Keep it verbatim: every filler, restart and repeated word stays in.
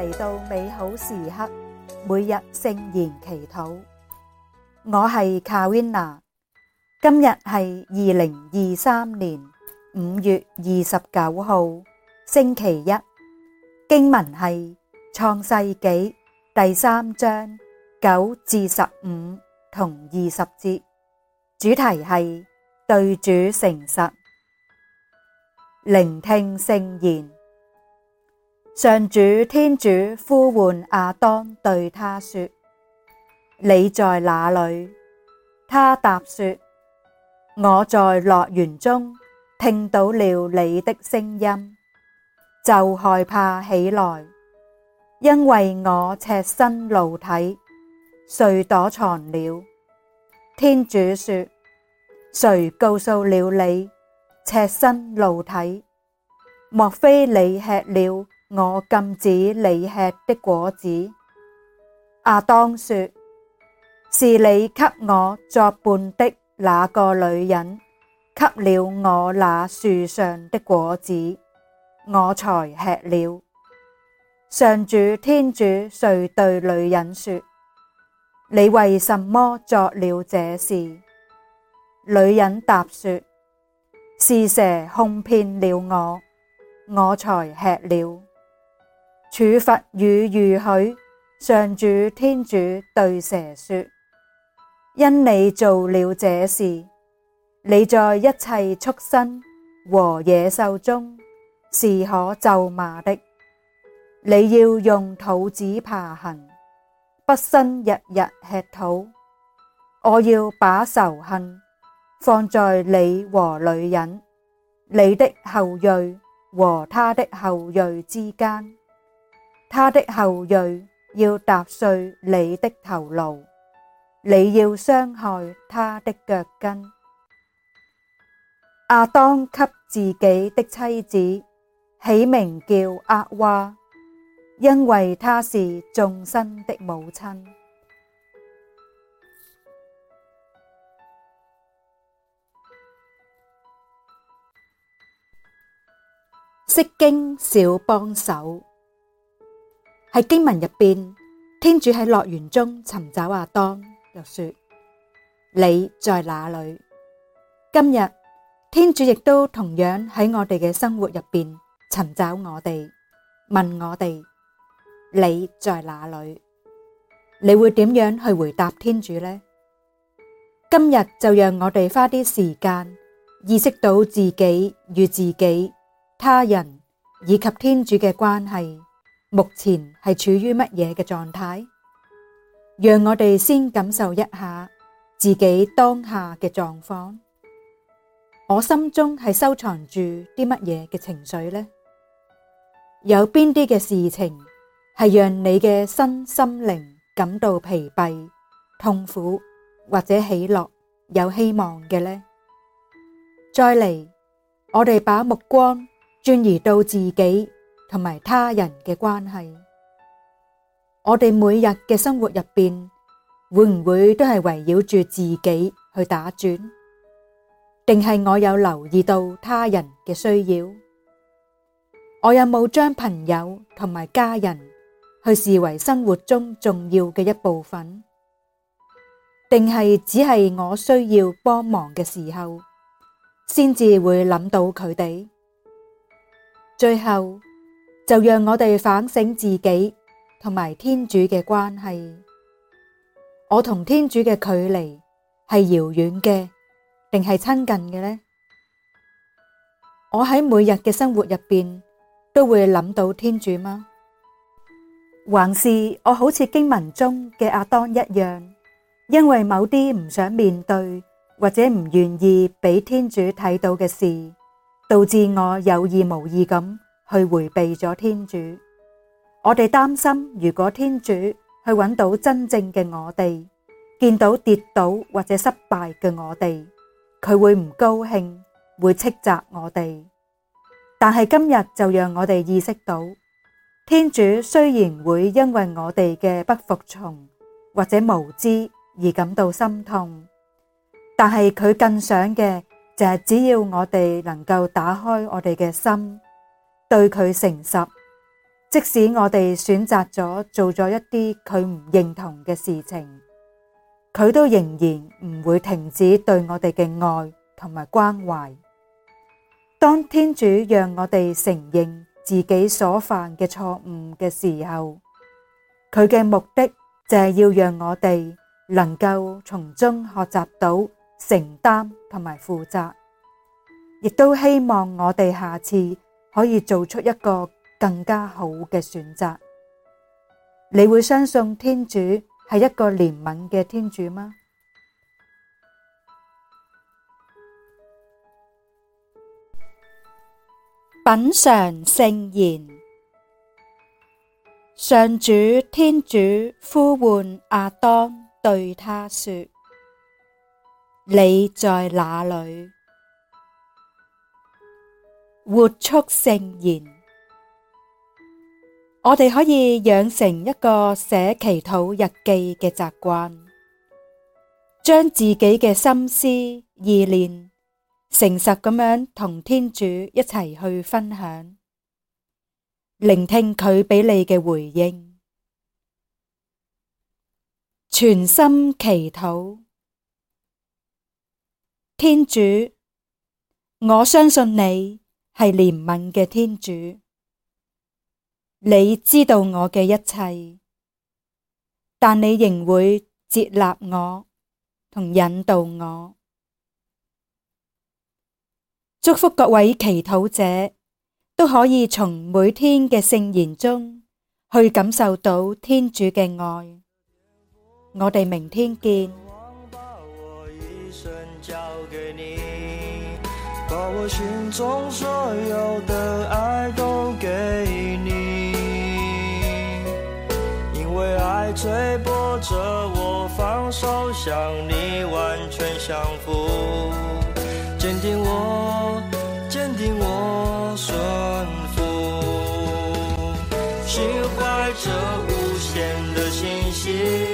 嚟到美好時刻，每日聖言祈禱。我係 Carina， 今日係二零二三年五月二十九號，星期一。經文係創世紀第三章九至十五同二十節，主題係對主誠實。聆聽聖言。上主天主呼喚亞當，對他說：你在哪裏？他答說：我在樂園中聽到了你的聲音，就害怕起來，因為我赤身露體，遂躲藏了。天主說：誰告訴了你赤身露體？莫非你吃了我禁止你吃的果子？亞當說：是你給我作伴的那個女人給了我那樹上的果子，我才吃了。上主天主遂對女人說：你為什麼作了這事？女人答說：是蛇哄騙了我，我才吃了。處罰與預許。上主天主對蛇說：因你做了這事，你在一切畜生和野獸中是可咒罵的。你要用肚子爬行，畢生日日吃土。我要把仇恨放在你和女人，你的後裔和他的後裔之間。他的後裔要踏碎你的頭顱，你要傷害他的腳跟。亞當給自己的妻子起名叫厄娃，因為她是眾生的母親。釋經小幫手。喺經文入邊，天主喺樂園中尋找亞當，又說：你在哪裏？今日天主亦都同樣喺我哋嘅生活入邊尋找我哋，問我哋：你在哪裏？你會點樣去回答天主呢？今日就讓我哋花啲時間意識到自己與自己、他人以及天主嘅關係目前係處於乜嘢嘅狀態？讓我哋先感受一下自己當下嘅狀況。我心中係收藏住啲乜嘢嘅情緒呢？有邊啲嘅事情係讓你嘅身心靈感到疲憊、痛苦或者喜樂、有希望嘅呢？再嚟，我哋把目光轉移到自己同埋他人嘅關係，我哋每日嘅生活入邊，會唔會都係圍繞住自己去打轉？定係我有留意到他人嘅需要？我有冇將朋友同埋家人去視為生活中重要嘅一部分？定係只係我需要幫忙嘅時候，先至會諗到佢哋？最後，就讓我哋反省自己同埋天主嘅關係。我同天主嘅距離係遙遠嘅，定係親近嘅呢？我喺每日嘅生活入邊都會諗到天主嗎？還是我好似經文中嘅亞當一樣，因為某啲唔想面對或者唔願意俾天主睇到嘅事，導致我有意無意咁去迴避咗天主。我哋擔心，如果天主去揾到真正嘅我哋，見到跌倒或者失敗嘅我哋，佢會唔高興，會斥責我哋。但係今日就讓我哋意識到，天主雖然會因為我哋嘅不服從或者無知而感到心痛，但係佢更想嘅就係只要我哋能夠打開我哋嘅心，對佢誠實， 即使我哋選擇咗做咗一啲佢唔認同嘅事情，佢都仍然唔會停止對我哋嘅愛同埋關懷。當天主讓我哋承認自己所犯嘅錯誤嘅時候，佢嘅目的就係要讓我哋能夠從中學習到承擔同埋負責，亦都希望我哋下次可以做出一個更加好嘅選擇。你會相信天主係一個憐憫嘅天主嗎？品嚐聖言。上主天主呼喚亞當，對他說：你在哪裏？活出聖言。我哋可以養成一個寫祈禱日記嘅習慣，將自己嘅心思意念誠實咁樣同天主一齊去分享，聆聽佢俾你嘅回應。全心祈禱。天主，我相信你係憐憫嘅天主，你知道我嘅一切，但你仍會接納我同引導我。祝福各位祈禱者都可以從每天嘅聖言中去感受到天主嘅愛。我哋明天見。把我心中所有的愛都給你，因為愛追迫着我，放手向你完全降服，堅定我，堅定我順服，心懷着無限的信心。